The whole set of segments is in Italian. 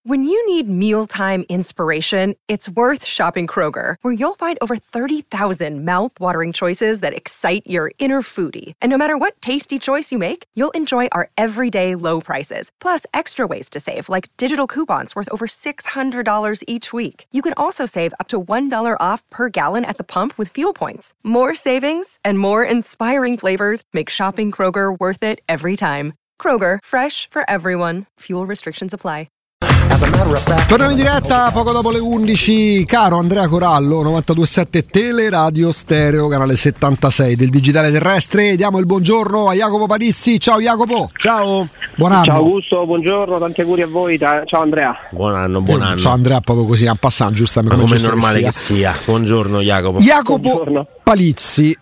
When you need mealtime inspiration, it's worth shopping Kroger, where you'll find over 30,000 mouth-watering choices that excite your inner foodie. And no matter what tasty choice you make, you'll enjoy our everyday low prices, plus extra ways to save, like digital coupons worth over $600 each week. You can also save up to $1 off per gallon at the pump with fuel points. More savings and more inspiring flavors make shopping Kroger worth it every time. Kroger, fresh for everyone. Fuel restrictions apply. Torniamo in diretta poco dopo le 11. Caro Andrea Corallo, 92.7 Teleradio Stereo, canale 76 del digitale terrestre. Diamo il buongiorno a Jacopo Palizzi. Ciao Jacopo. Ciao. Buon anno. Ciao Augusto, buongiorno, tanti auguri a voi. Ciao Andrea. Buon anno. Ciao Andrea, proprio così, a passare, giustamente. Come è normale che sia. Buongiorno Jacopo. Buongiorno. Palizzi.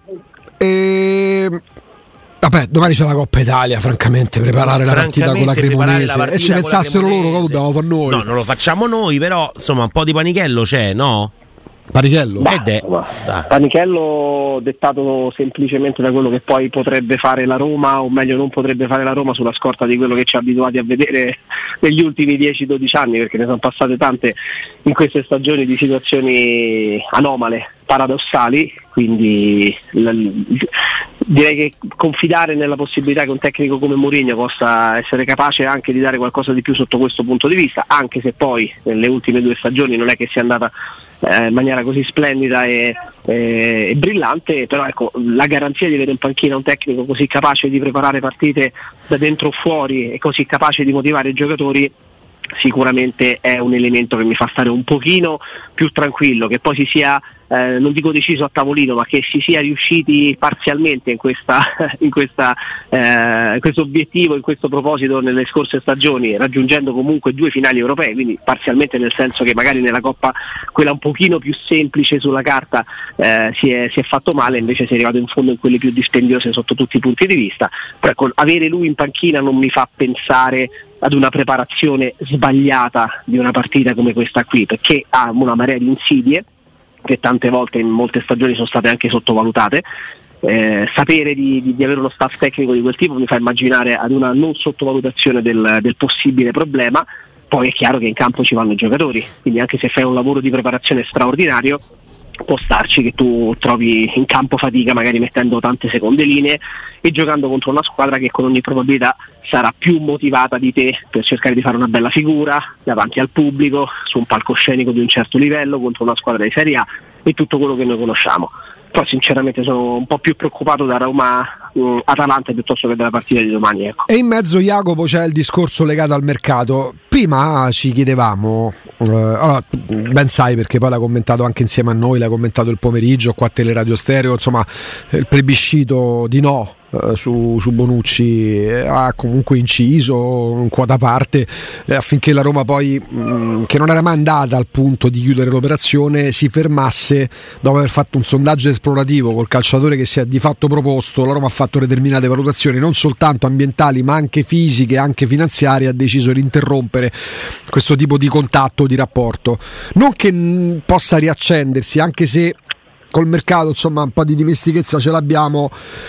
Vabbè, domani c'è la Coppa Italia, francamente, preparare la partita con la Cremonese. E ci pensassero loro, che lo dobbiamo fare noi. No, non lo facciamo noi, però insomma un po' di panichello c'è, no? Panichello? Panichello dettato semplicemente da quello che poi potrebbe fare la Roma, o meglio non potrebbe fare la Roma, sulla scorta di quello che ci ha abituati a vedere negli ultimi 10-12 anni, perché ne sono passate tante in queste stagioni di situazioni anomale, paradossali, quindi direi che confidare nella possibilità che un tecnico come Mourinho possa essere capace anche di dare qualcosa di più sotto questo punto di vista, anche se poi nelle ultime 2 stagioni non è che sia andata in maniera così splendida e brillante, però ecco, la garanzia di avere in panchina un tecnico così capace di preparare partite da dentro o fuori e così capace di motivare i giocatori sicuramente è un elemento che mi fa stare un pochino più tranquillo, che poi si sia non dico deciso a tavolino, ma che si sia riusciti parzialmente in questo obiettivo, in questo proposito nelle scorse stagioni, raggiungendo comunque 2 finali europee, quindi parzialmente nel senso che magari nella Coppa, quella un pochino più semplice sulla carta, si è fatto male, invece si è arrivato in fondo in quelle più dispendiose sotto tutti i punti di vista. Però ecco, avere lui in panchina non mi fa pensare ad una preparazione sbagliata di una partita come questa qui, perché ha una marea di insidie che tante volte in molte stagioni sono state anche sottovalutate. Sapere di avere uno staff tecnico di quel tipo mi fa immaginare ad una non sottovalutazione del possibile problema. Poi è chiaro che in campo ci vanno i giocatori, quindi anche se fai un lavoro di preparazione straordinario, può starci che tu trovi in campo fatica, magari mettendo tante seconde linee e giocando contro una squadra che con ogni probabilità sarà più motivata di te per cercare di fare una bella figura davanti al pubblico, su un palcoscenico di un certo livello, contro una squadra di Serie A e tutto quello che noi conosciamo. Però sinceramente sono un po' più preoccupato da Roma-Atalanta piuttosto che della partita di domani, ecco. E in mezzo, Jacopo, c'è il discorso legato al mercato. Prima ci chiedevamo, allora, ben sai perché poi l'ha commentato anche insieme a noi, l'ha commentato il pomeriggio qua a Teleradio Stereo, insomma il plebiscito di no su Bonucci ha comunque inciso in quota parte affinché la Roma poi, che non era mai andata al punto di chiudere l'operazione, si fermasse dopo aver fatto un sondaggio esplorativo col calciatore che si è di fatto proposto. La Roma ha fatto determinate valutazioni non soltanto ambientali ma anche fisiche, anche finanziarie, ha deciso di interrompere questo tipo di contatto, di rapporto, non che possa riaccendersi, anche se col mercato insomma un po' di dimestichezza ce l'abbiamo.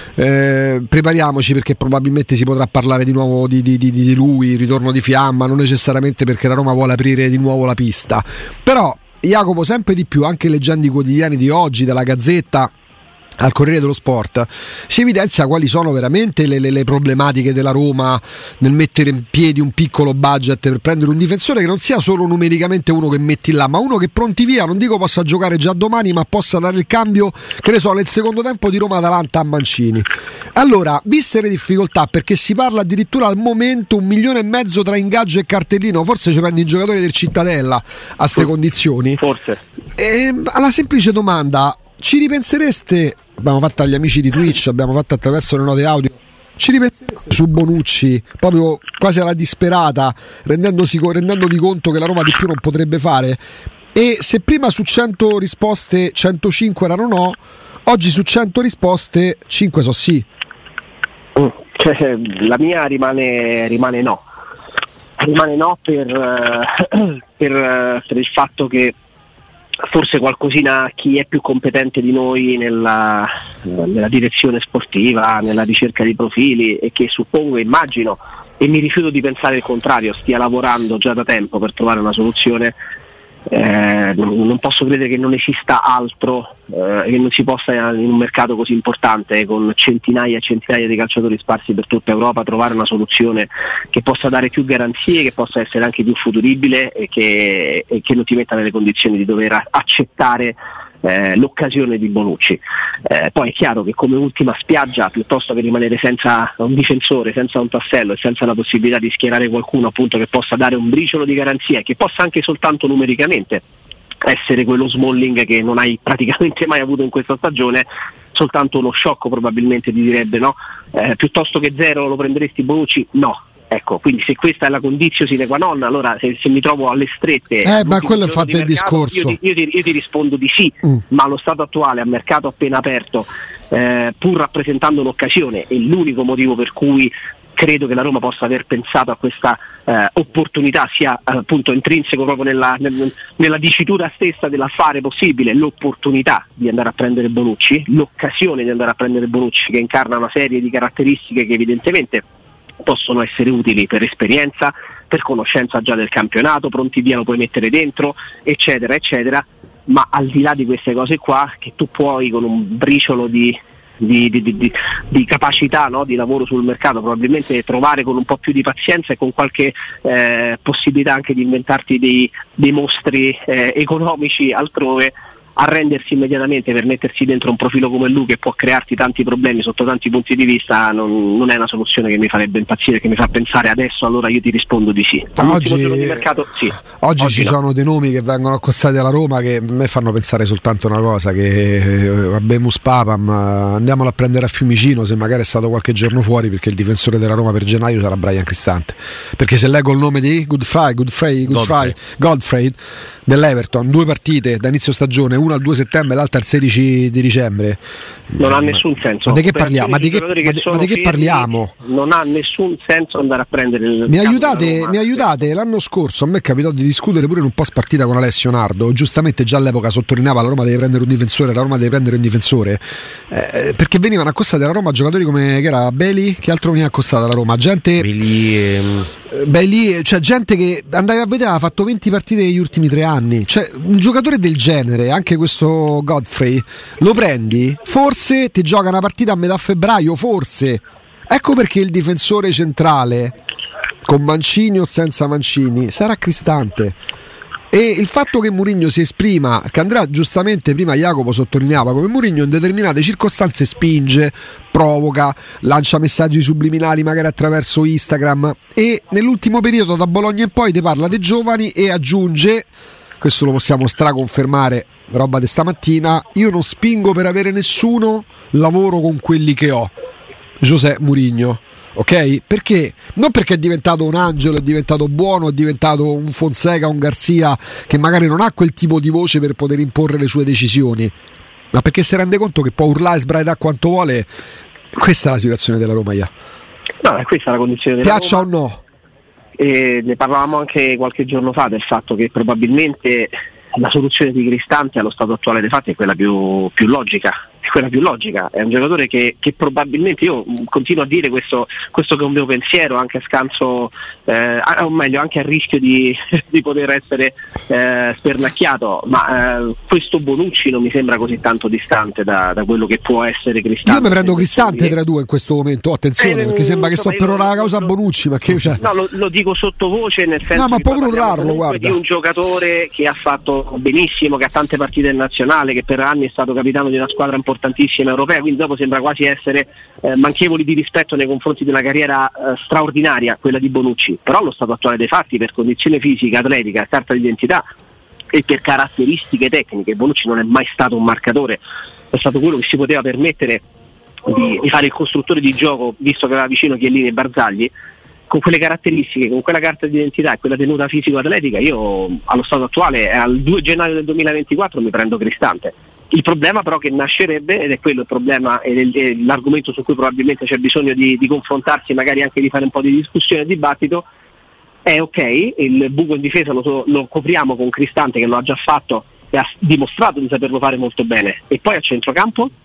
Prepariamoci, perché probabilmente si potrà parlare di nuovo di lui, ritorno di fiamma, non necessariamente perché la Roma vuole aprire di nuovo la pista. Però Jacopo, sempre di più, anche leggendo i quotidiani di oggi, dalla Gazzetta al Corriere dello Sport, si evidenzia quali sono veramente le problematiche della Roma nel mettere in piedi un piccolo budget per prendere un difensore che non sia solo numericamente uno che metti là, ma uno che pronti via, non dico possa giocare già domani, ma possa dare il cambio, che ne so, nel secondo tempo di Roma-Atalanta a Mancini. Allora, viste le difficoltà, perché si parla addirittura al momento 1,5 milioni tra ingaggio e cartellino, forse ci prendi i giocatori del Cittadella a queste condizioni. Forse. Alla semplice domanda: ci ripensereste? Abbiamo fatto agli amici di Twitch, abbiamo fatto attraverso le note audio, ci ripensereste su Bonucci proprio quasi alla disperata, rendendovi conto che la Roma di più non potrebbe fare? E se prima su 100 risposte 105 erano no, oggi su 100 risposte 5 sono sì. Cioè, la mia rimane no per il fatto che forse qualcosina chi è più competente di noi nella direzione sportiva, nella ricerca di profili, e che suppongo, immagino e mi rifiuto di pensare il contrario, stia lavorando già da tempo per trovare una soluzione. Non posso credere che non esista altro, che non si possa in un mercato così importante, con centinaia e centinaia di calciatori sparsi per tutta Europa, trovare una soluzione che possa dare più garanzie, che possa essere anche più futuribile e che non ti metta nelle condizioni di dover accettare l'occasione di Bonucci. Poi è chiaro che come ultima spiaggia, piuttosto che rimanere senza un difensore, senza un tassello e senza la possibilità di schierare qualcuno appunto che possa dare un briciolo di garanzia e che possa anche soltanto numericamente essere quello Smalling che non hai praticamente mai avuto in questa stagione, soltanto uno sciocco probabilmente ti direbbe no, piuttosto che zero lo prenderesti Bonucci? No. Ecco, quindi se questa è la condizione sine qua non, allora se mi trovo alle strette, ma quello è fatto il discorso. Io ti rispondo di sì, ma allo stato attuale, a mercato appena aperto, pur rappresentando un'occasione, e l'unico motivo per cui credo che la Roma possa aver pensato a questa opportunità sia appunto intrinseco proprio nella dicitura stessa dell'affare possibile, l'opportunità di andare a prendere Bonucci, l'occasione di andare a prendere Bonucci, che incarna una serie di caratteristiche che evidentemente possono essere utili per esperienza, per conoscenza già del campionato, pronti via lo puoi mettere dentro, eccetera eccetera, ma al di là di queste cose qua, che tu puoi con un briciolo di capacità, no, di lavoro sul mercato probabilmente trovare con un po' più di pazienza e con qualche possibilità anche di inventarti dei mostri economici altrove, arrendersi immediatamente per mettersi dentro un profilo come lui che può crearti tanti problemi sotto tanti punti di vista, non è una soluzione che mi farebbe impazzire, che mi fa pensare adesso allora io ti rispondo di sì. Oggi, giorno di mercato, sì. Oggi ci sono dei nomi che vengono accostati alla Roma che a me fanno pensare soltanto una cosa, che Abemus Papam, andiamolo a prendere a Fiumicino se magari è stato qualche giorno fuori, perché il difensore della Roma per gennaio sarà Brian Cristante, perché se leggo il nome di Godfrey dell'Everton, 2 partite da inizio stagione, una al 2 settembre e l'altra al 16 di dicembre, non ha nessun senso. Ma di che parliamo? Ma di che parliamo? Non ha nessun senso andare a prendere il mi aiutate, l'anno scorso a me capitò di discutere pure in un post partita con Alessio Nardo, giustamente già all'epoca sottolineava la Roma deve prendere un difensore, perché venivano accostati alla Roma giocatori come che era Bailey, che altro veniva accostato alla Roma, gente Bailey, cioè gente che andavi a vedere, ha fatto 20 partite negli ultimi 3 anni, cioè un giocatore del genere, anche questo Godfrey, lo prendi, forse ti gioca una partita a metà febbraio, forse, ecco perché il difensore centrale con Mancini o senza Mancini sarà Cristante. E il fatto che Mourinho si esprima, che Andrea giustamente prima Jacopo sottolineava come Mourinho in determinate circostanze spinge, provoca, lancia messaggi subliminali magari attraverso Instagram, e nell'ultimo periodo da Bologna in poi ti parla dei giovani e aggiunge, questo lo possiamo straconfermare, roba di stamattina, io non spingo per avere nessuno, lavoro con quelli che ho. José Mourinho. Ok? Perché? Non perché è diventato un angelo, è diventato buono, è diventato un Fonseca, un Garzia che magari non ha quel tipo di voce per poter imporre le sue decisioni, ma perché si rende conto che può urlare e sbraitare quanto vuole. Questa è la situazione della Roma, No, questa è la condizione della piaccia Roma. o no? E ne parlavamo anche qualche giorno fa del fatto che probabilmente la soluzione di Cristante allo stato attuale dei fatti è quella più logica. È un giocatore che probabilmente, io continuo a dire questo che è un mio pensiero, anche a scanso, o meglio anche a rischio di poter essere spernacchiato, ma questo Bonucci non mi sembra così tanto distante da quello che può essere Cristante. Io mi prendo Cristante tra 2 in questo momento, attenzione, perché sembra che sto per ora la causa Bonucci, ma che cioè... No, lo dico sottovoce, nel senso ma può urlarlo, guarda, di un giocatore che ha fatto benissimo, che ha tante partite in nazionale, che per anni è stato capitano di una squadra importantissima europea, quindi dopo sembra quasi essere manchevoli di rispetto nei confronti di una carriera straordinaria, quella di Bonucci, però allo stato attuale dei fatti, per condizione fisica, atletica, carta d'identità e per caratteristiche tecniche, Bonucci non è mai stato un marcatore, è stato quello che si poteva permettere di fare il costruttore di gioco, visto che aveva vicino Chiellini e Barzagli. Con quelle caratteristiche, con quella carta di identità e quella tenuta fisico-atletica, io allo stato attuale, al 2 gennaio del 2024, mi prendo Cristante. Il problema però che nascerebbe, ed è quello il problema e l'argomento su cui probabilmente c'è bisogno di confrontarsi, magari anche di fare un po' di discussione e dibattito, è ok, il buco in difesa lo copriamo con Cristante, che lo ha già fatto e ha dimostrato di saperlo fare molto bene, e poi a centrocampo?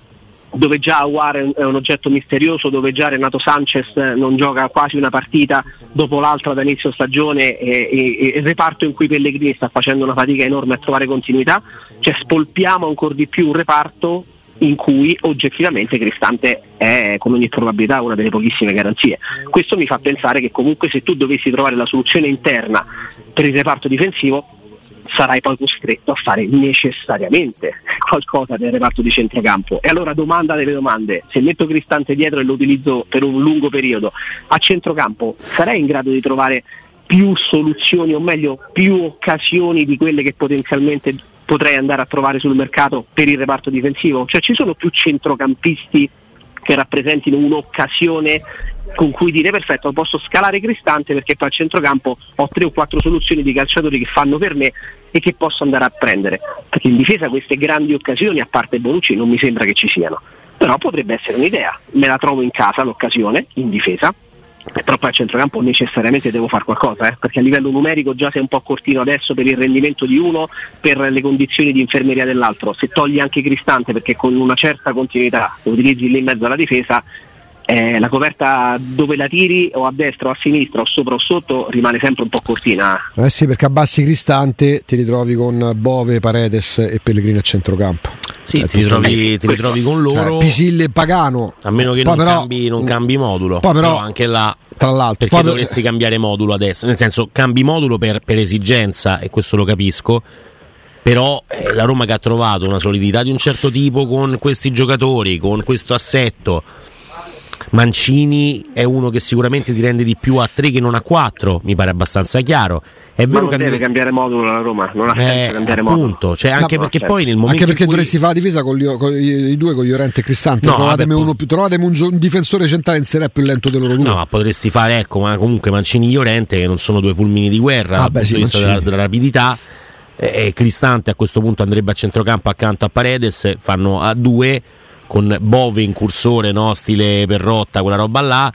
dove già Aouar è un oggetto misterioso, dove già Renato Sanchez non gioca quasi una partita dopo l'altra da inizio stagione, e il reparto in cui Pellegrini sta facendo una fatica enorme a trovare continuità, cioè spolpiamo ancora di più un reparto in cui oggettivamente Cristante è con ogni probabilità una delle pochissime garanzie. Questo mi fa pensare che comunque se tu dovessi trovare la soluzione interna per il reparto difensivo sarai poi costretto a fare necessariamente qualcosa nel reparto di centrocampo. E allora, domanda delle domande: se metto Cristante dietro e lo utilizzo per un lungo periodo a centrocampo, sarei in grado di trovare più soluzioni, o meglio più occasioni di quelle che potenzialmente potrei andare a trovare sul mercato per il reparto difensivo? Cioè, ci sono più centrocampisti che rappresentino un'occasione con cui dire perfetto, posso scalare Cristante perché poi al centrocampo ho 3 o 4 soluzioni di calciatori che fanno per me e che posso andare a prendere, perché in difesa queste grandi occasioni, a parte Bonucci, non mi sembra che ci siano, però potrebbe essere un'idea. Me la trovo in casa l'occasione in difesa, però poi al centrocampo necessariamente devo fare qualcosa, perché a livello numerico già sei un po' cortino adesso per il rendimento di uno, per le condizioni di infermeria dell'altro. Se togli anche Cristante, perché con una certa continuità lo utilizzi lì in mezzo alla difesa, la coperta dove la tiri, o a destra o a sinistra o sopra o sotto, rimane sempre un po' cortina. Sì, perché abbassi Cristante ti ritrovi con Bove, Paredes e Pellegrini a centrocampo. Sì, ti ritrovi con loro, Pisilli e Pagano, a meno che non cambi modulo. Poi però anche là, tra l'altro, perché dovresti cambiare modulo adesso? Nel senso, cambi modulo per esigenza, e questo lo capisco, però la Roma che ha trovato una solidità di un certo tipo con questi giocatori, con questo assetto. Mancini è uno che sicuramente ti rende di più a 3 che non a 4, mi pare abbastanza chiaro. È vero che deve cambiare modulo la Roma, non ha senso cambiare modulo. Cioè, anche perché poi nel momento anche perché in cui dovresti fare la difesa con i due, con Llorente e Cristante. Trovatemi un difensore centrale in Serie A più lento dei loro due. No, ma potresti fare, ma comunque Mancini e Llorente, che non sono due fulmini di guerra dal punto di vista della rapidità. Cristante a questo punto andrebbe a centrocampo accanto a Paredes, fanno a 2 con Bove in cursore, no? Stile Perrotta, quella roba là,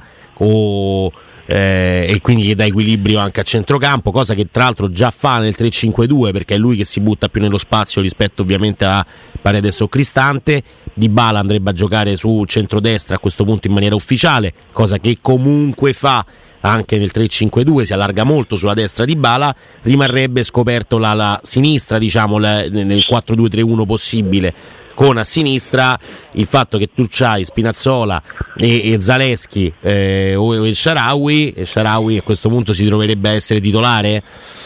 e quindi gli dà equilibrio anche a centrocampo, cosa che tra l'altro già fa nel 3-5-2, perché è lui che si butta più nello spazio rispetto ovviamente a Paredes o Cristante. Dybala andrebbe a giocare su centrodestra a questo punto in maniera ufficiale, cosa che comunque fa anche nel 3-5-2, si allarga molto sulla destra di Dybala, rimarrebbe scoperto la sinistra, diciamo, nel 4-2-3-1 possibile, con a sinistra il fatto che tu c'hai Spinazzola e Zaleschi o El Shaarawy, a questo punto si troverebbe a essere titolare.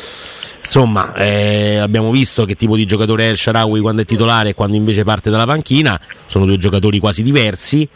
Insomma, abbiamo visto che tipo di giocatore è El Shaarawy quando è titolare e quando invece parte dalla panchina, sono due giocatori quasi diversi.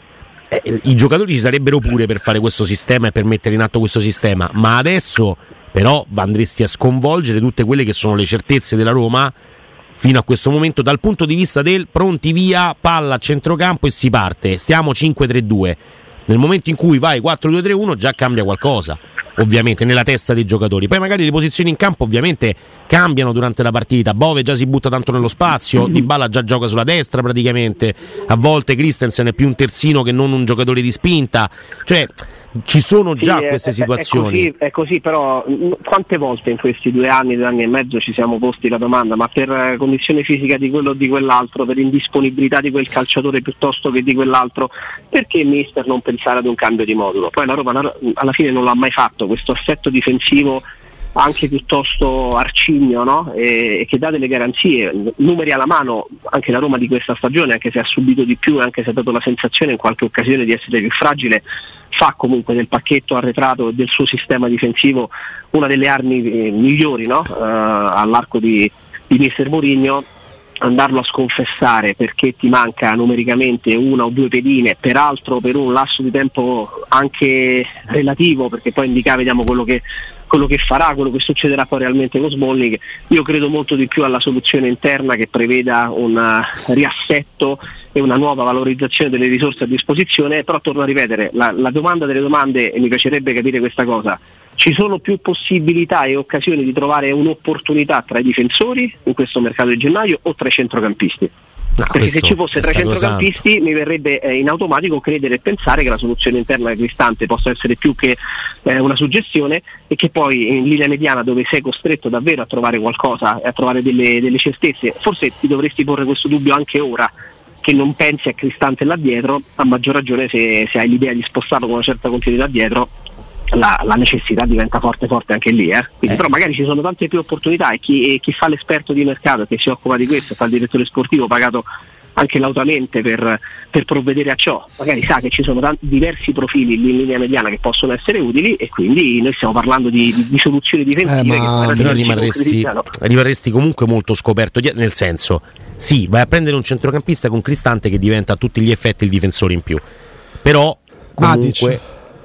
I giocatori ci sarebbero pure per fare questo sistema e per mettere in atto questo sistema, ma adesso però andresti a sconvolgere tutte quelle che sono le certezze della Roma fino a questo momento dal punto di vista del pronti via, palla a centrocampo e si parte. Stiamo 5-3-2. Nel momento in cui vai 4-2-3-1 già cambia qualcosa, ovviamente nella testa dei giocatori. Poi magari le posizioni in campo ovviamente cambiano durante la partita. Bove già si butta tanto nello spazio, Dybala già gioca sulla destra praticamente, a volte Christensen è più un terzino che non un giocatore di spinta, cioè ci sono già queste situazioni. È così, però quante volte in questi 2 anni e mezzo ci siamo posti la domanda: ma per condizione fisica di quello o di quell'altro, per indisponibilità di quel calciatore piuttosto che di quell'altro, perché mister non pensare ad un cambio di modulo? Poi la Roma alla fine non l'ha mai fatto, questo assetto difensivo anche piuttosto arcigno, no? E che dà delle garanzie, numeri alla mano. Anche la Roma di questa stagione, anche se ha subito di più, anche se ha dato la sensazione in qualche occasione di essere più fragile, fa comunque del pacchetto arretrato del suo sistema difensivo una delle armi migliori, no? All'arco di mister Mourinho. Andarlo a sconfessare perché ti manca numericamente 1 o 2 pedine, peraltro per un lasso di tempo anche relativo, perché poi indica, vediamo quello che farà, quello che succederà poi realmente con Smalling. Io credo molto di più alla soluzione interna che preveda un riassetto e una nuova valorizzazione delle risorse a disposizione, però torno a ripetere, la domanda delle domande, e mi piacerebbe capire questa cosa: ci sono più possibilità e occasioni di trovare un'opportunità tra i difensori in questo mercato di gennaio o tra i centrocampisti? Perché se ci fosse tra i centrocampisti mi verrebbe in automatico credere e pensare che la soluzione interna Cristante possa essere più che una suggestione, e che poi in linea mediana, dove sei costretto davvero a trovare qualcosa e a trovare delle certezze, forse ti dovresti porre questo dubbio anche ora, che non pensi a Cristante là dietro, a maggior ragione se hai l'idea di spostarlo con una certa continuità dietro, la necessità diventa forte anche lì, quindi però magari ci sono tante più opportunità, e chi fa l'esperto di mercato, che si occupa di questo, fa il direttore sportivo pagato anche lautamente per provvedere a ciò, magari sa che ci sono diversi profili in linea mediana che possono essere utili, e quindi noi stiamo parlando di soluzioni difensive però rimarresti comunque molto scoperto, nel senso, sì, vai a prendere un centrocampista con Cristante che diventa a tutti gli effetti il difensore in più, però comunque Matic.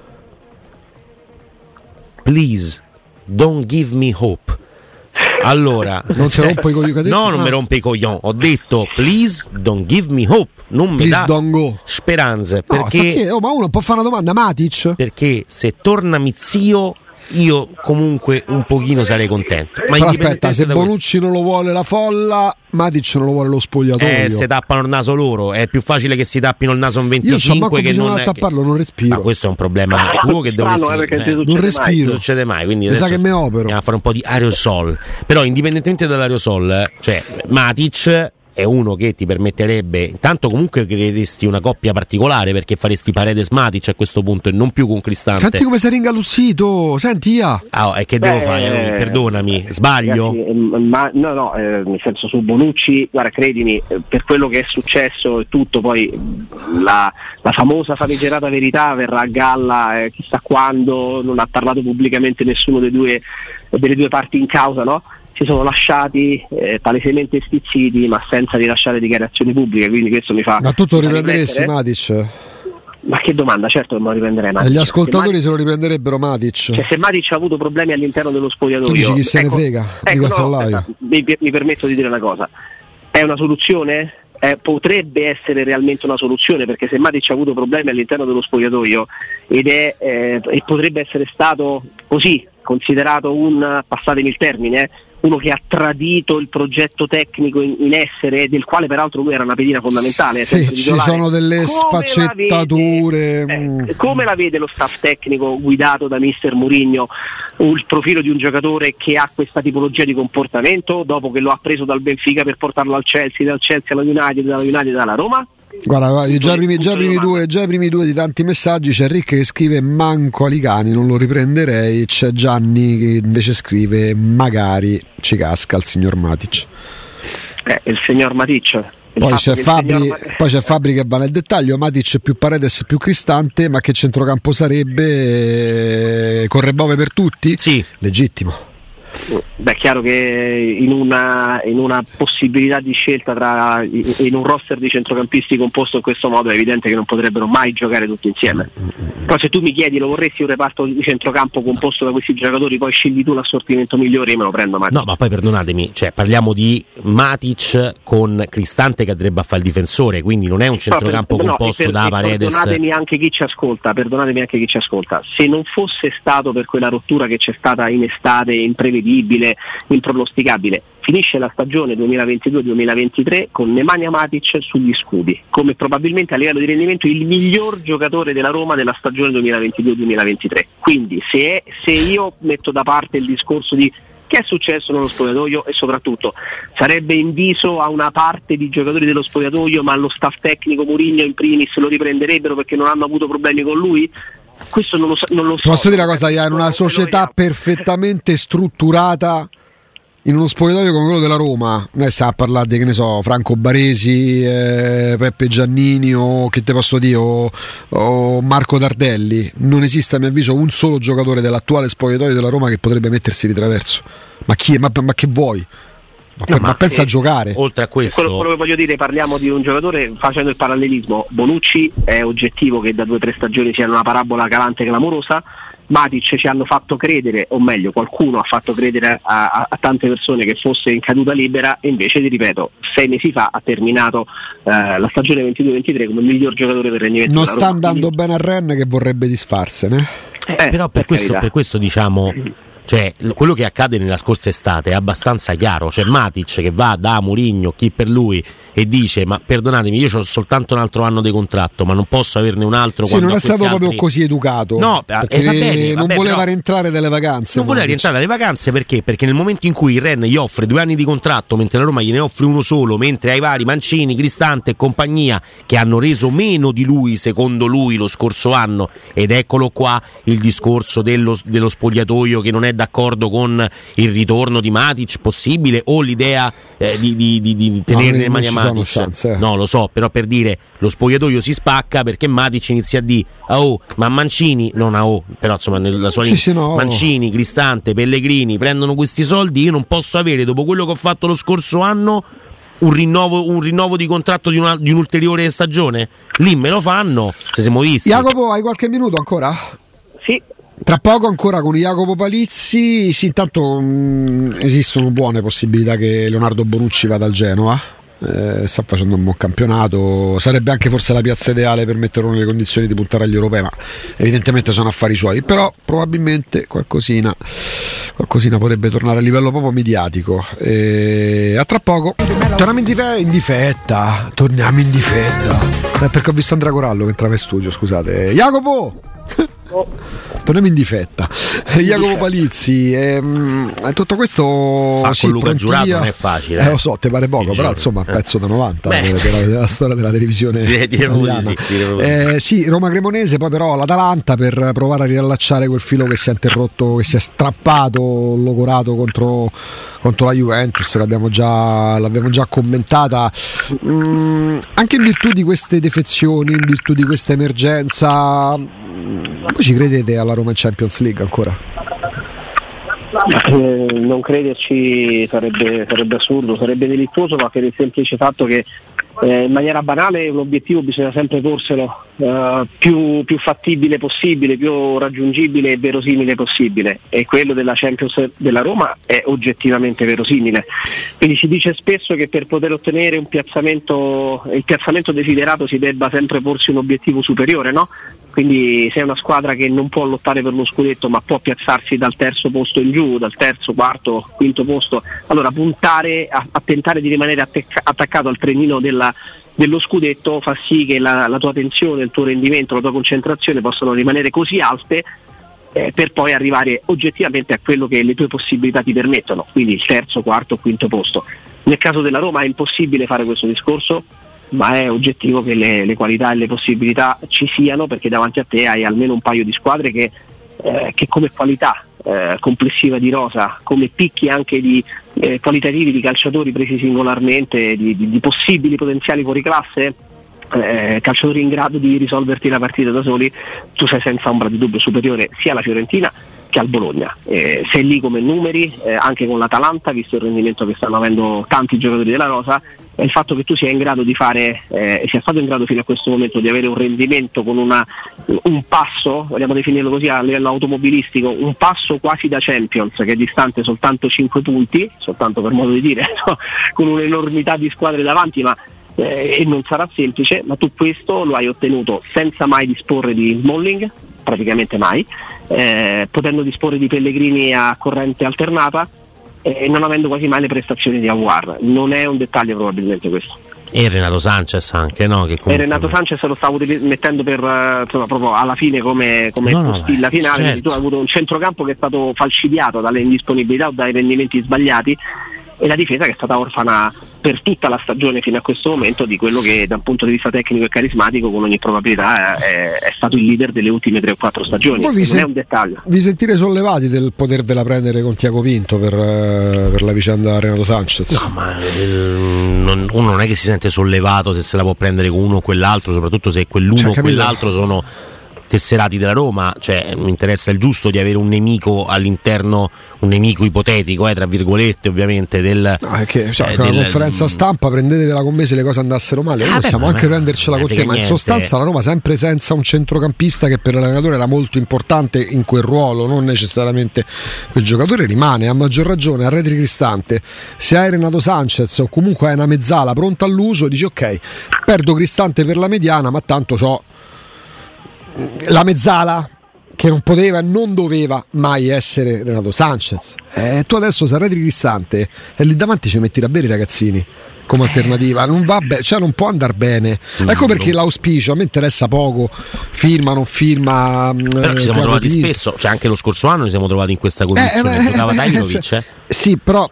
Please don't give me hope. Allora, non si rompe i coglioni. No, non mi rompe i coglioni. Ho detto please don't give me hope. Non mi dà speranze. No, perché ma uno può fare una domanda, Matic? Perché se torna Mizio, io comunque un pochino sarei contento. Ma però aspetta, se Bonucci non lo vuole la folla, Matic non lo vuole lo spogliatoio. Se tappano il naso loro, è più facile che si tappino il naso in 25 che non tapparlo, non respiro. Ma questo è un problema tuo che dovresti non respiro. Non succede mai, quindi mi sa che me opero. Andiamo a fare un po' di aerosol. Però indipendentemente dall'aerosol, cioè Matic è uno che ti permetterebbe, intanto comunque creeresti una coppia particolare, perché faresti Paredes Matic a questo punto e non più con Cristante. Senti come sei ringaluzzito, senti e che devo fare? Perdonami, sbaglio? Ragazzi, no, nel senso, su Bonucci, guarda, credimi, per quello che è successo e tutto, poi la famosa famigerata verità verrà a galla chissà quando, non ha parlato pubblicamente nessuno delle due parti in causa, no? Si sono lasciati palesemente stizziti, ma senza rilasciare dichiarazioni pubbliche, quindi questo mi fa... Ma tu lo riprenderesti Matic? Ma che domanda, certo che me lo riprenderei Matic. Gli ascoltatori se lo riprenderebbero Matic. Cioè, se Matic ha avuto problemi all'interno dello spogliatoio... Tu dici chi se ne frega? Mi permetto di dire una cosa. È una soluzione? Potrebbe essere realmente una soluzione, perché se Matic ha avuto problemi all'interno dello spogliatoio e potrebbe essere stato così considerato passatemi il termine, uno che ha tradito il progetto tecnico in essere, del quale peraltro lui era una pedina fondamentale. Sì, ci sono delle sfaccettature. Come la vede lo staff tecnico guidato da mister Mourinho il profilo di un giocatore che ha questa tipologia di comportamento, dopo che lo ha preso dal Benfica per portarlo al Chelsea, dal Chelsea alla United, dalla United alla Roma? Guarda, già i primi due di tanti messaggi. C'è Rick che scrive manco Alicani, non lo riprenderei. C'è Gianni che invece scrive magari ci casca il signor Matic. Il signor Matic. Poi c'è Fabri che va nel dettaglio. Matic più Paredes più Cristante, ma che centrocampo sarebbe? Correbove per tutti? Sì. Legittimo. Beh, è chiaro che in una possibilità di scelta in un roster di centrocampisti composto in questo modo è evidente che non potrebbero mai giocare tutti insieme. Però se tu mi chiedi lo vorresti un reparto di centrocampo composto da questi giocatori, poi scegli tu l'assortimento migliore, io me lo prendo Matic. No, ma poi perdonatemi, cioè parliamo di Matic con Cristante che andrebbe a fare il difensore, quindi non è un centrocampo composto da Paredes. Perdonatemi anche chi ci ascolta, se non fosse stato per quella rottura che c'è stata in estate, imprevedibile, impronosticabile, finisce la stagione 2022-2023 con Nemanja Matic sugli scudi, come probabilmente a livello di rendimento il miglior giocatore della Roma della stagione 2022-2023. Quindi se io metto da parte il discorso di che è successo nello spogliatoio, e soprattutto sarebbe inviso a una parte di giocatori dello spogliatoio, ma lo staff tecnico Mourinho in primis lo riprenderebbero perché non hanno avuto problemi con lui, questo non lo so. Posso dire una cosa, in una società perfettamente strutturata, in uno spogliatoio come quello della Roma, noi stiamo a parlare di, che ne so, Franco Baresi, Peppe Giannini o che te posso dire, o Marco Tardelli, non esiste a mio avviso un solo giocatore dell'attuale spogliatoio della Roma che potrebbe mettersi di traverso. Ma chi è? Ma che vuoi? Ma pensa a giocare. Oltre a questo, quello che voglio dire, parliamo di un giocatore, facendo il parallelismo, Bonucci è oggettivo che da 2 o 3 stagioni sia una parabola calante e clamorosa. Matic ci hanno fatto credere, o meglio qualcuno ha fatto credere a tante persone che fosse in caduta libera, e invece ti ripeto 6 mesi fa ha terminato la stagione 22-23 come miglior giocatore per rendimento. Non sta andando bene a Rennes che vorrebbe disfarsene. però per questo diciamo Cioè, quello che accade nella scorsa estate è abbastanza chiaro. C'è Matic che va da Mourinho, chi per lui, e dice: ma perdonatemi, io ho soltanto un altro anno di contratto, ma non posso averne un altro. Sì, non è stato proprio così educato. No, perché non voleva rientrare dalle vacanze. Non voleva rientrare dalle vacanze perché? Perché nel momento in cui il Rennes gli offre 2 anni di contratto, mentre la Roma gliene offre uno solo, mentre ai vari Mancini, Cristante e compagnia, che hanno reso meno di lui, secondo lui, lo scorso anno, ed eccolo qua il discorso dello spogliatoio che non è d'accordo con il ritorno di Matic possibile, o l'idea di tenerne le mani a Matic. No, lo so, però per dire, lo spogliatoio si spacca perché Matic inizia a dire ma Mancini, però insomma nella sua Mancini, Cristante, Pellegrini prendono questi soldi, io non posso avere, dopo quello che ho fatto lo scorso anno, un rinnovo di contratto di un'ulteriore stagione. Lì me lo fanno, se siamo visti. Jacopo, hai qualche minuto ancora? Sì. Tra poco ancora con Jacopo Palizzi. Sì, intanto esistono buone possibilità che Leonardo Bonucci vada al Genoa. Sta facendo un buon campionato, sarebbe anche forse la piazza ideale per metterlo nelle condizioni di puntare agli europei, ma evidentemente sono affari suoi. Però probabilmente qualcosina potrebbe tornare a livello proprio mediatico. A tra poco. Torniamo in difetta. Perché ho visto Andrea Corallo che entrava in studio, scusate. Jacopo! Torniamo in difetta. Jacopo Palizzi, tutto questo fa con Luca Giurato non è facile. Lo so, te pare poco, però insomma pezzo da 90 della storia della televisione italiana. Sì, Roma Cremonese, poi però l'Atalanta per provare a riallacciare quel filo che si è interrotto, che si è strappato, logorato contro la Juventus, l'abbiamo già commentata, anche in virtù di queste defezioni, in virtù di questa emergenza. Voi ci credete alla Roma in Champions League ancora? Non crederci sarebbe assurdo, sarebbe delittuoso, ma per il semplice fatto che in maniera banale un obiettivo bisogna sempre porselo più fattibile possibile, più raggiungibile e verosimile possibile, e quello della Champions della Roma è oggettivamente verosimile. Quindi si dice spesso che per poter ottenere il piazzamento desiderato si debba sempre porsi un obiettivo superiore, no? Quindi se è una squadra che non può lottare per lo scudetto ma può piazzarsi dal terzo posto in giù, dal terzo, quarto, quinto posto, allora puntare a tentare di rimanere attaccato al trenino dello scudetto fa sì che la tua tensione, il tuo rendimento, la tua concentrazione possano rimanere così alte per poi arrivare oggettivamente a quello che le tue possibilità ti permettono, quindi il terzo, quarto, quinto posto. Nel caso della Roma è impossibile fare questo discorso, ma è oggettivo che le qualità e le possibilità ci siano, perché davanti a te hai almeno un paio di squadre che come qualità complessiva di rosa, come picchi anche di qualitativi di calciatori presi singolarmente, di possibili potenziali fuoriclasse, calciatori in grado di risolverti la partita da soli, tu sei senza ombra di dubbio superiore sia alla Fiorentina che al Bologna. Sei lì come numeri, anche con l'Atalanta, visto il rendimento che stanno avendo tanti giocatori della rosa, e il fatto che tu sia in grado di fare sia stato in grado fino a questo momento di avere un rendimento con un passo, vogliamo definirlo così a livello automobilistico, un passo quasi da Champions, che è distante soltanto 5 punti, soltanto per modo di dire, no? Con un'enormità di squadre davanti, ma e non sarà semplice, ma tu questo lo hai ottenuto senza mai disporre di Smalling, praticamente mai, potendo disporre di Pellegrini a corrente alternata e non avendo quasi mai le prestazioni di Aouar. Non è un dettaglio probabilmente questo. E Renato Sanchez anche, no? Che comunque... Renato Sanchez lo stavo mettendo per proprio alla fine come postilla finale, certo. Tu hai avuto un centrocampo che è stato falcidiato dalle indisponibilità o dai rendimenti sbagliati, e la difesa che è stata orfana per tutta la stagione fino a questo momento di quello che da un punto di vista tecnico e carismatico con ogni probabilità è stato il leader delle ultime 3 o 4 stagioni. Non è un dettaglio. Vi sentite sollevati del potervela prendere con Tiago Pinto per la vicenda Renato Sanchez? No, ma uno non è che si sente sollevato se se la può prendere con uno o quell'altro, soprattutto se quell'uno o quell'altro sono tesserati della Roma. Cioè mi interessa il giusto di avere un nemico all'interno, un nemico ipotetico tra virgolette ovviamente del con la conferenza stampa prendetevela con me se le cose andassero male, noi possiamo anche prendercela con te, ma in sostanza la Roma sempre senza un centrocampista che per l'allenatore era molto importante in quel ruolo, non necessariamente quel giocatore rimane, a maggior ragione a retri Cristante. Se hai Renato Sanchez o comunque hai una mezzala pronta all'uso, dici ok, perdo Cristante per la mediana, ma tanto c'ho la mezzala che non poteva e non doveva mai essere Renato Sanchez. Tu adesso sarai Cristante e lì davanti ci metti davvero i ragazzini come alternativa, non va bene, cioè non può andare bene. Ecco perché l'auspicio a me interessa poco, firma non firma. Però ci siamo trovati spesso, cioè anche lo scorso anno ci siamo trovati in questa condizione. Giocava Dajinovic, sì, però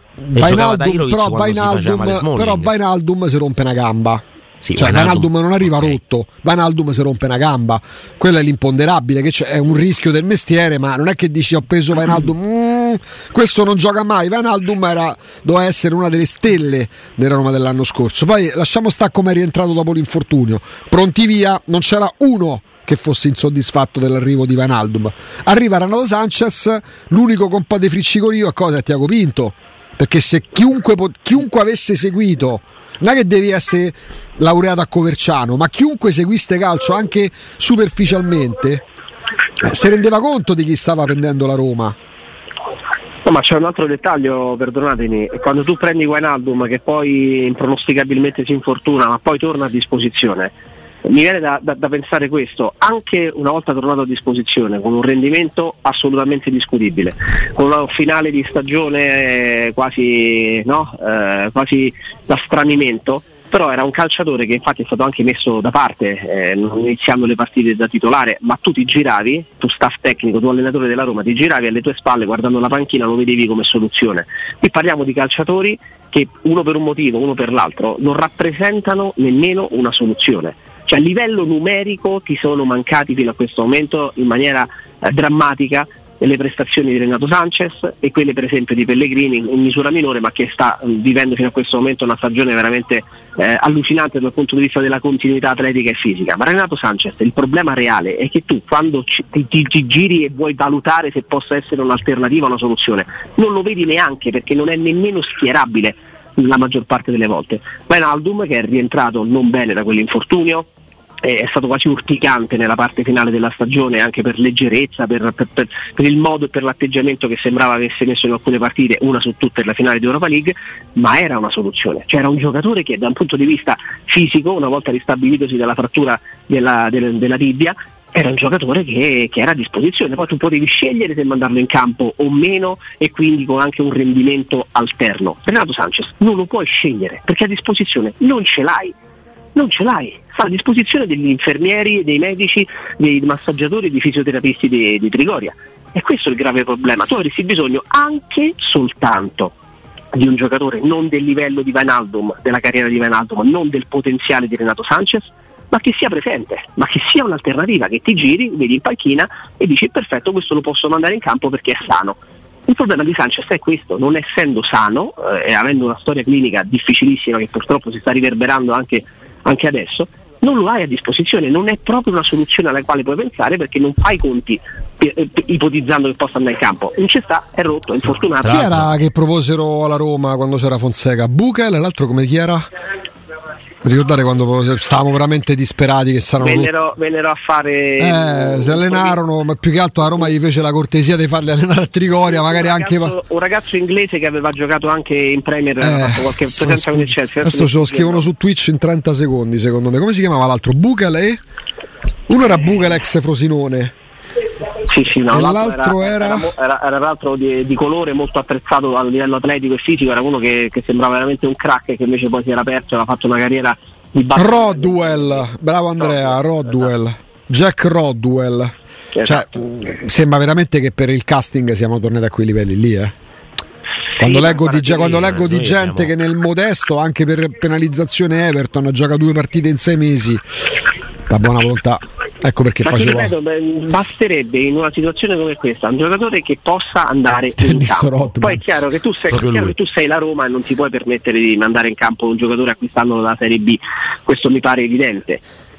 Wijnaldum si rompe una gamba. Sì, cioè Wijnaldum non arriva rotto, Wijnaldum si rompe una gamba, quello è l'imponderabile, che è un rischio del mestiere, ma non è che dici ho preso Wijnaldum, questo non gioca mai. Wijnaldum doveva essere una delle stelle della Roma dell'anno scorso. Poi lasciamo stare come è rientrato dopo l'infortunio, pronti via, non c'era uno che fosse insoddisfatto dell'arrivo di Wijnaldum. Arriva Renato Sanchez, l'unico con un po' di friccicorio a cosa è Tiago Pinto, perché se chiunque avesse seguito, non è che devi essere laureato a Coverciano, ma chiunque seguisse calcio anche superficialmente si rendeva conto di chi stava prendendo la Roma. No, ma c'è un altro dettaglio, perdonatemi, quando tu prendi Wijnaldum che poi impronosticabilmente si infortuna ma poi torna a disposizione, mi viene da pensare questo, anche una volta tornato a disposizione con un rendimento assolutamente discutibile, con un finale di stagione quasi da stranimento, però era un calciatore che infatti è stato anche messo da parte iniziando le partite da titolare, ma tu ti giravi, tu staff tecnico, tu allenatore della Roma, ti giravi alle tue spalle guardando la panchina, lo vedevi come soluzione. Qui parliamo di calciatori che uno per un motivo, uno per l'altro non rappresentano nemmeno una soluzione. Cioè a livello numerico ti sono mancati fino a questo momento in maniera drammatica le prestazioni di Renato Sanchez e quelle per esempio di Pellegrini in misura minore, ma che sta vivendo fino a questo momento una stagione veramente allucinante dal punto di vista della continuità atletica e fisica. Ma Renato Sanchez, il problema reale è che tu quando ti giri e vuoi valutare se possa essere un'alternativa, una soluzione, non lo vedi neanche, perché non è nemmeno schierabile la maggior parte delle volte. Wijnaldum, che è rientrato non bene da quell'infortunio, è stato quasi urticante nella parte finale della stagione, anche per leggerezza, per il modo e per l'atteggiamento che sembrava avesse messo in alcune partite, una su tutte la finale di Europa League, ma era una soluzione. Cioè era un giocatore che da un punto di vista fisico, una volta ristabilitosi dalla frattura della tibia, era un giocatore che era a disposizione. Poi tu potevi scegliere se mandarlo in campo o meno, e quindi con anche un rendimento alterno. Renato Sanchez non lo puoi scegliere perché a disposizione non ce l'hai, sta a disposizione degli infermieri, dei medici, dei massaggiatori, dei fisioterapisti di Trigoria. E questo è il grave problema. Tu avresti bisogno anche soltanto di un giocatore non del livello di Wijnaldum, della carriera di Wijnaldum, non del potenziale di Renato Sanchez, ma che sia presente, ma che sia un'alternativa, che ti giri, vedi in panchina e dici perfetto, questo lo posso mandare in campo perché è sano. Il problema di Sanchez è questo: non essendo sano e avendo una storia clinica difficilissima che purtroppo si sta riverberando anche adesso, non lo hai a disposizione, non è proprio una soluzione alla quale puoi pensare, perché non fai conti ipotizzando che possa andare in campo. Non ci sta, è rotto, è infortunato. Chi era che proposero alla Roma quando c'era Fonseca? Buchel, l'altro come chi era? Ricordate quando stavamo veramente disperati che saranno vennero a fare si allenarono, ma più che altro a Roma gli fece la cortesia di farli allenare a Trigoria, magari un ragazzo inglese che aveva giocato anche in Premier, fatto qualche presenza con il Chelsea. Adesso ce lo scrivono su Twitch in 30 secondi secondo me. Come si chiamava l'altro? Buchel e uno era Buchel ex Frosinone. Sì, no, e l'altro era l'altro di colore, molto attrezzato a livello atletico e fisico, era uno che sembrava veramente un crack, che invece poi si era perso e aveva fatto una carriera di basso. Rodwell, bravo Andrea, Rodwell, Jack Rodwell. Cioè, sembra veramente che per il casting siamo tornati a quei livelli lì, Quando leggo di gente che nel modesto, anche per penalizzazione Everton, gioca 2 partite in 6 mesi, la buona volontà. Ecco perché faceva. Basterebbe in una situazione come questa un giocatore che possa andare in campo. Poi è chiaro che tu sei la Roma e non ti puoi permettere di mandare in campo un giocatore acquistandolo dalla Serie B. Questo mi pare evidente.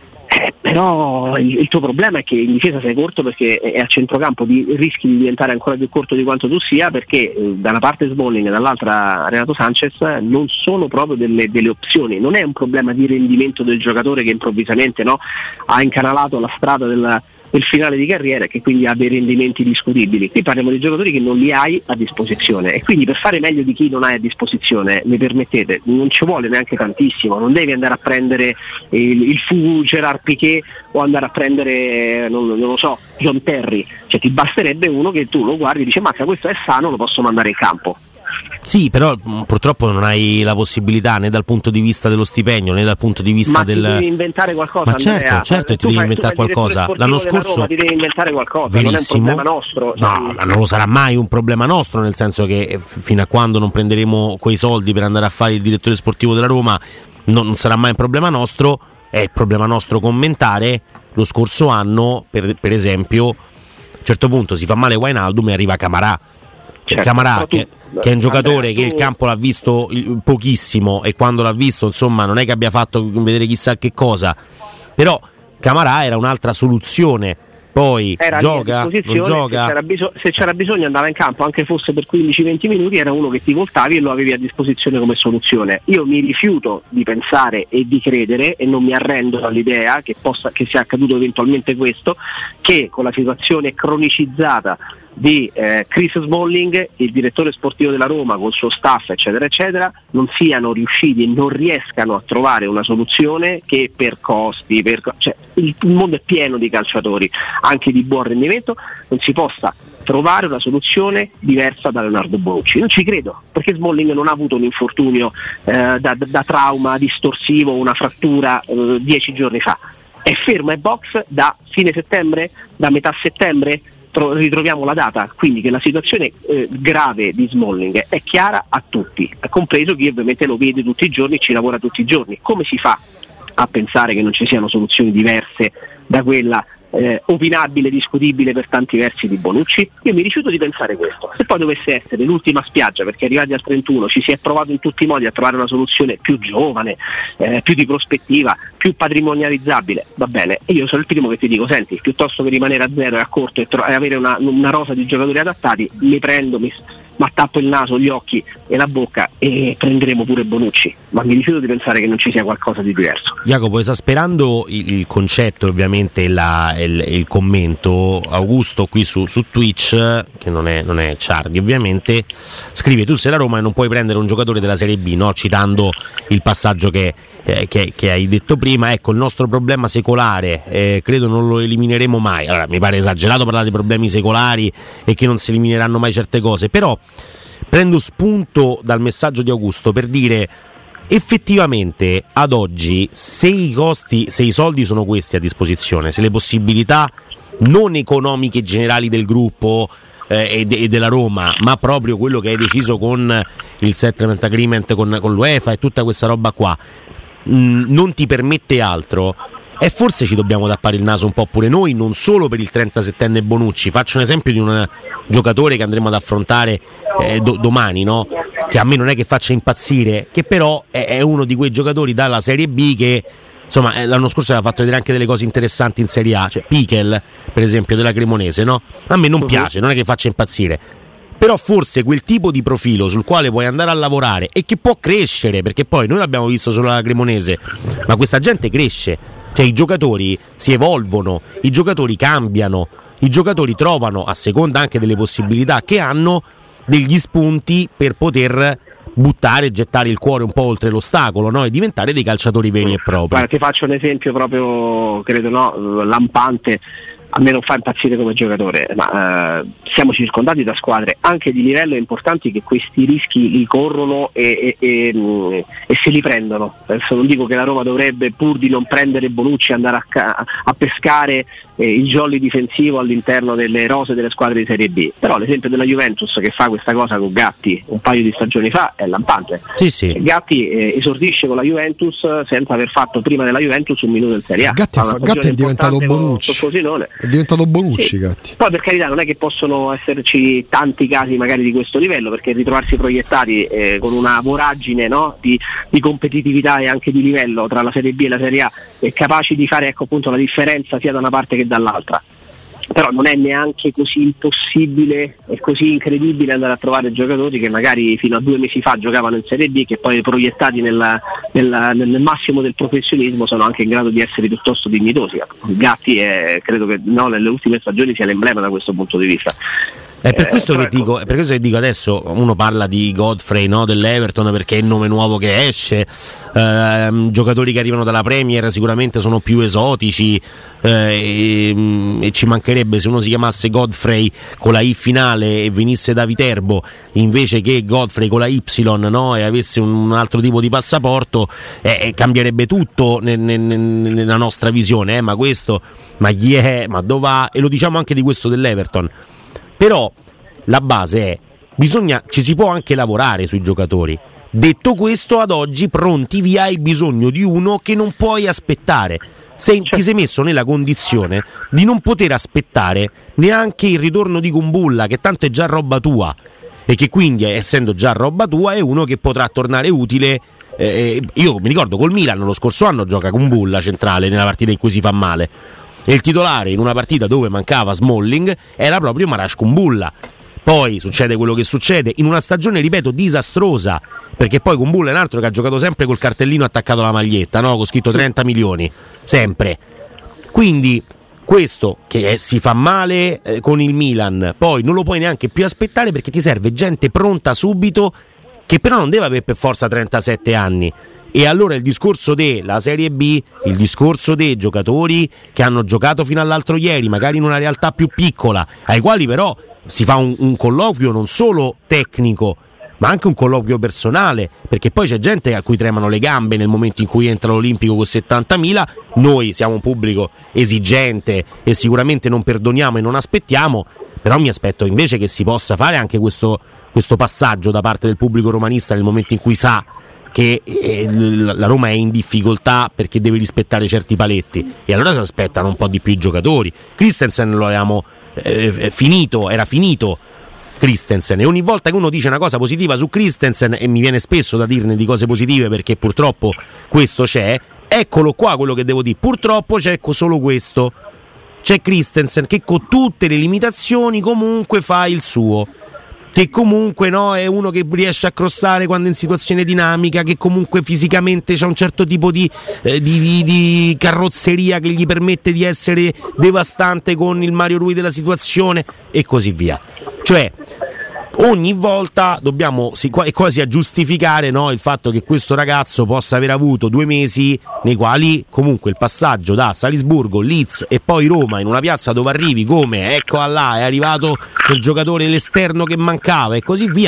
Però il tuo problema è che in difesa sei corto, perché è a centrocampo rischi di diventare ancora più corto di quanto tu sia, perché da una parte Smalling e dall'altra Renato Sanchez non sono proprio delle opzioni. Non è un problema di rendimento del giocatore che improvvisamente ha incanalato la strada del finale di carriera e che quindi ha dei rendimenti discutibili. Qui parliamo di giocatori che non li hai a disposizione, e quindi per fare meglio di chi non hai a disposizione, mi permettete, non ci vuole neanche tantissimo, non devi andare a prendere il Fu Gerard Piqué o andare a prendere non lo so, John Terry, cioè ti basterebbe uno che tu lo guardi e dici mazza, questo è sano, lo posso mandare in campo. Sì, però purtroppo non hai la possibilità né dal punto di vista dello stipendio né dal punto di vista ti devi inventare qualcosa. Ma certo ti devi inventare qualcosa. L'anno scorso ti devi inventare qualcosa, verissimo. Non è un problema nostro. No, non lo sarà mai un problema nostro, nel senso che fino a quando non prenderemo quei soldi per andare a fare il direttore sportivo della Roma non sarà mai un problema nostro. È il problema nostro commentare. Lo scorso anno, per esempio, a un certo punto si fa male Wijnaldum e arriva Camarà. Certo, Camarà che è un giocatore che il campo l'ha visto pochissimo, e quando l'ha visto insomma non è che abbia fatto vedere chissà che cosa, però Camarà era un'altra soluzione. Poi era gioca, non gioca. Se c'era bisogno andava in campo, anche fosse per 15-20 minuti, era uno che ti voltavi e lo avevi a disposizione come soluzione. Io mi rifiuto di pensare e di credere, e non mi arrendo all'idea che sia accaduto eventualmente questo, che con la situazione cronicizzata di Chris Smalling, il direttore sportivo della Roma col suo staff eccetera eccetera, non siano riusciti e non riescano a trovare una soluzione che per costi, cioè il mondo è pieno di calciatori anche di buon rendimento, non si possa trovare una soluzione diversa da Leonardo Bonucci. Non ci credo, perché Smalling non ha avuto un infortunio da trauma distorsivo, una frattura 10 giorni fa, è fermo ai box da fine settembre, da metà settembre ritroviamo la data, quindi che la situazione grave di Smalling è chiara a tutti, compreso chi ovviamente lo vede tutti i giorni e ci lavora tutti i giorni. Come si fa a pensare che non ci siano soluzioni diverse da quella opinabile, discutibile per tanti versi di Bonucci? Io mi rifiuto di pensare questo. Se poi dovesse essere l'ultima spiaggia, perché arrivati al 31 ci si è provato in tutti i modi a trovare una soluzione più giovane, più di prospettiva, più patrimonializzabile, va bene, e io sono il primo che ti dico, senti, piuttosto che rimanere a zero e a corto e avere una rosa di giocatori adattati, ma tappo il naso, gli occhi e la bocca e prenderemo pure Bonucci, ma mi rifiuto di pensare che non ci sia qualcosa di diverso. Jacopo, esasperando il concetto, ovviamente il commento, Augusto qui su Twitch, che non è Ciardi ovviamente, scrive: tu sei la Roma e non puoi prendere un giocatore della Serie B, no? Citando il passaggio che hai detto prima. Ecco, il nostro problema secolare, credo non lo elimineremo mai. Allora, mi pare esagerato parlare di problemi secolari e che non si elimineranno mai certe cose, però prendo spunto dal messaggio di Augusto per dire: effettivamente ad oggi, se i soldi sono questi a disposizione, se le possibilità non economiche generali del gruppo e della Roma, ma proprio quello che hai deciso con il settlement agreement con l'UEFA e tutta questa roba qua non ti permette altro, e forse ci dobbiamo tappare il naso un po' pure noi, non solo per il 37enne Bonucci. Faccio un esempio di un giocatore che andremo ad affrontare domani, no? Che a me non è che faccia impazzire, che però è uno di quei giocatori dalla Serie B che insomma l'anno scorso aveva fatto vedere anche delle cose interessanti in Serie A, cioè Pichel per esempio della Cremonese, no? A me non piace, non è che faccia impazzire, però forse quel tipo di profilo sul quale puoi andare a lavorare e che può crescere, perché poi noi l'abbiamo visto solo alla Cremonese, ma questa gente cresce, cioè i giocatori si evolvono, i giocatori cambiano, i giocatori trovano, a seconda anche delle possibilità che hanno, degli spunti per poter buttare e gettare il cuore un po' oltre l'ostacolo, no? E diventare dei calciatori veri e propri. Guarda, ti faccio un esempio proprio, credo, lampante. A me non fa impazzire come giocatore, ma siamo circondati da squadre anche di livello importanti che questi rischi li corrono e se li prendono. Adesso non dico che la Roma dovrebbe, pur di non prendere Bonucci, andare a pescare il jolly difensivo all'interno delle rose delle squadre di Serie B, però l'esempio della Juventus che fa questa cosa con Gatti un paio di stagioni fa è lampante. Sì. Gatti esordisce con la Juventus senza aver fatto prima della Juventus un minuto del Serie A. Gatti è diventato Bonucci. È diventato Bonucci, sì. Gatti. Poi per carità non è che possono esserci tanti casi magari di questo livello, perché ritrovarsi proiettati con una voragine, no, di competitività e anche di livello tra la Serie B e la Serie A, e capaci di fare, ecco, appunto, la differenza sia da una parte che dall'altra. però non è neanche così impossibile e così incredibile andare a trovare giocatori che magari fino a 2 mesi fa giocavano in Serie B, che poi proiettati nel massimo del professionismo sono anche in grado di essere piuttosto dignitosi. Gatti credo che nelle ultime stagioni sia l'emblema da questo punto di vista. È per questo che dico adesso uno parla di Godfrey, no, dell'Everton, perché è il nome nuovo che esce, giocatori che arrivano dalla Premier sicuramente sono più esotici, e ci mancherebbe se uno si chiamasse Godfrey con la I finale e venisse da Viterbo invece che Godfrey con la Y, no, e avesse un altro tipo di passaporto, cambierebbe tutto nella nostra visione, ma chi è, ma dove va, e lo diciamo anche di questo dell'Everton. Però la base è, ci si può anche lavorare sui giocatori. Detto questo, ad oggi pronti via hai bisogno di uno che non puoi aspettare. Ti sei messo nella condizione di non poter aspettare neanche il ritorno di Kumbulla, che tanto è già roba tua, e che quindi, essendo già roba tua, è uno che potrà tornare utile. Io mi ricordo col Milan lo scorso anno gioca Kumbulla centrale nella partita in cui si fa male, e il titolare in una partita dove mancava Smalling era proprio Marash Kumbulla. Poi succede quello che succede in una stagione, ripeto, disastrosa, perché poi Kumbulla è un altro che ha giocato sempre col cartellino attaccato alla maglietta, no? Con scritto 30 milioni sempre. Quindi questo che si fa male con il Milan, poi non lo puoi neanche più aspettare, perché ti serve gente pronta subito, che però non deve avere per forza 37 anni. E allora il discorso della Serie B, il discorso dei giocatori che hanno giocato fino all'altro ieri, magari in una realtà più piccola, ai quali però si fa un colloquio non solo tecnico, ma anche un colloquio personale, perché poi c'è gente a cui tremano le gambe nel momento in cui entra all'Olimpico con 70.000. Noi siamo un pubblico esigente e sicuramente non perdoniamo e non aspettiamo, però mi aspetto invece che si possa fare anche questo passaggio da parte del pubblico romanista nel momento in cui sa che la Roma è in difficoltà perché deve rispettare certi paletti, e allora si aspettano un po' di più i giocatori. Christensen lo avevamo era finito Christensen, e ogni volta che uno dice una cosa positiva su Christensen, e mi viene spesso da dirne di cose positive perché purtroppo questo c'è, eccolo qua quello che devo dire, purtroppo c'è solo questo, c'è Christensen che con tutte le limitazioni comunque fa il suo, che comunque è uno che riesce a crossare quando è in situazione dinamica, che comunque fisicamente c'ha un certo tipo di carrozzeria che gli permette di essere devastante con il Mario Rui della situazione e così via. Cioè ogni volta dobbiamo quasi a giustificare, il fatto che questo ragazzo possa aver avuto 2 mesi nei quali comunque il passaggio da Salisburgo, Leeds e poi Roma, in una piazza dove arrivi come ecco là è arrivato quel giocatore l'esterno che mancava e così via,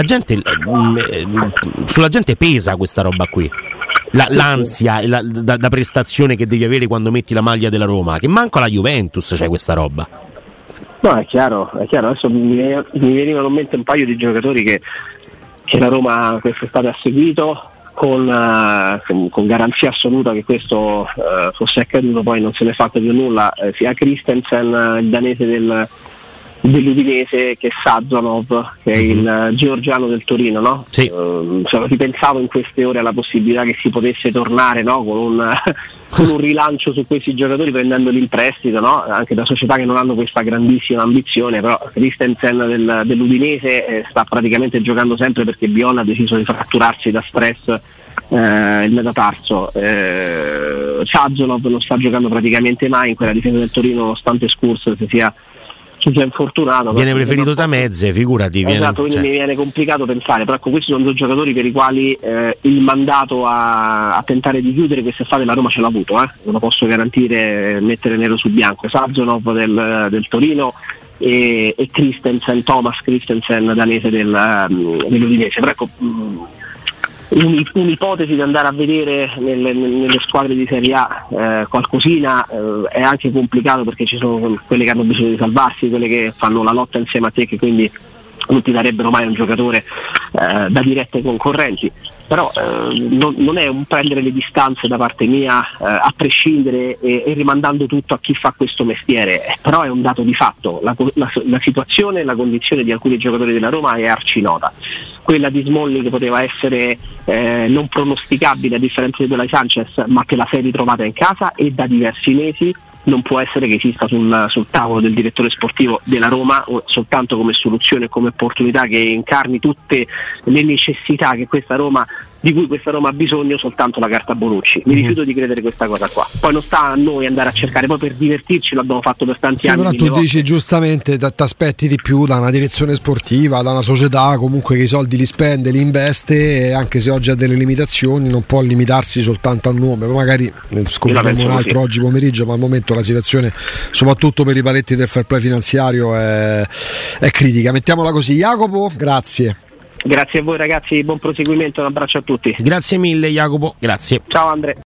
sulla gente pesa questa roba qui, l'ansia da prestazione che devi avere quando metti la maglia della Roma, che manco alla Juventus c'è questa roba. No, è chiaro. Adesso mi venivano in mente un paio di giocatori che la Roma quest'estate ha seguito con garanzia assoluta che questo fosse accaduto, poi non se ne è fatto più nulla, sia Christensen, il danese dell'Udinese, che Sazonov, che è il georgiano del Torino, no? Sì. Ripensavo in queste ore alla possibilità che si potesse tornare, no? con un rilancio su questi giocatori, prendendoli in prestito, no? Anche da società che non hanno questa grandissima ambizione, però Christensen dell'Udinese sta praticamente giocando sempre perché Bion ha deciso di fratturarsi da stress il metatarso. Sazonov non sta giocando praticamente mai in quella difesa del Torino, nonostante Scurs si sia infortunato, viene preferito da mezze, figurati. Esatto, quindi mi viene complicato pensare, però questi sono 2 giocatori per i quali il mandato a tentare di chiudere quest'estate la Roma ce l'ha avuto, ve lo posso garantire, mettere nero su bianco. Sazonov del Torino e Thomas Christensen danese dell'Udinese, però ecco, un'ipotesi di andare a vedere nelle squadre di Serie A qualcosina è anche complicato, perché ci sono quelle che hanno bisogno di salvarsi, quelle che fanno la lotta insieme a te, che quindi non ti darebbero mai un giocatore da dirette concorrenti. Però non è un prendere le distanze da parte mia a prescindere e rimandando tutto a chi fa questo mestiere, però è un dato di fatto. La situazione, la condizione di alcuni giocatori della Roma è arcinota. Quella di Smalling che poteva essere non pronosticabile, a differenza di quella di Sanchez, ma che la sei ritrovata in casa e da diversi mesi. non può essere che esista sul tavolo del direttore sportivo della Roma soltanto come soluzione e come opportunità che incarni tutte le necessità che di cui questa Roma ha bisogno, soltanto la carta Bonucci. Mi rifiuto di credere questa cosa qua. Poi non sta a noi andare a cercare, poi per divertirci l'abbiamo fatto per tanti anni. Però tu dici giustamente, ti aspetti di più da una direzione sportiva, da una società comunque che i soldi li spende, li investe, e anche se oggi ha delle limitazioni non può limitarsi soltanto al nome. Poi magari scopriremo un altro oggi pomeriggio, ma al momento la situazione, soprattutto per i paletti del fair play finanziario, è critica. Mettiamola così. Jacopo, grazie. Grazie a voi ragazzi, buon proseguimento, un abbraccio a tutti. Grazie mille Jacopo, grazie. Ciao Andre.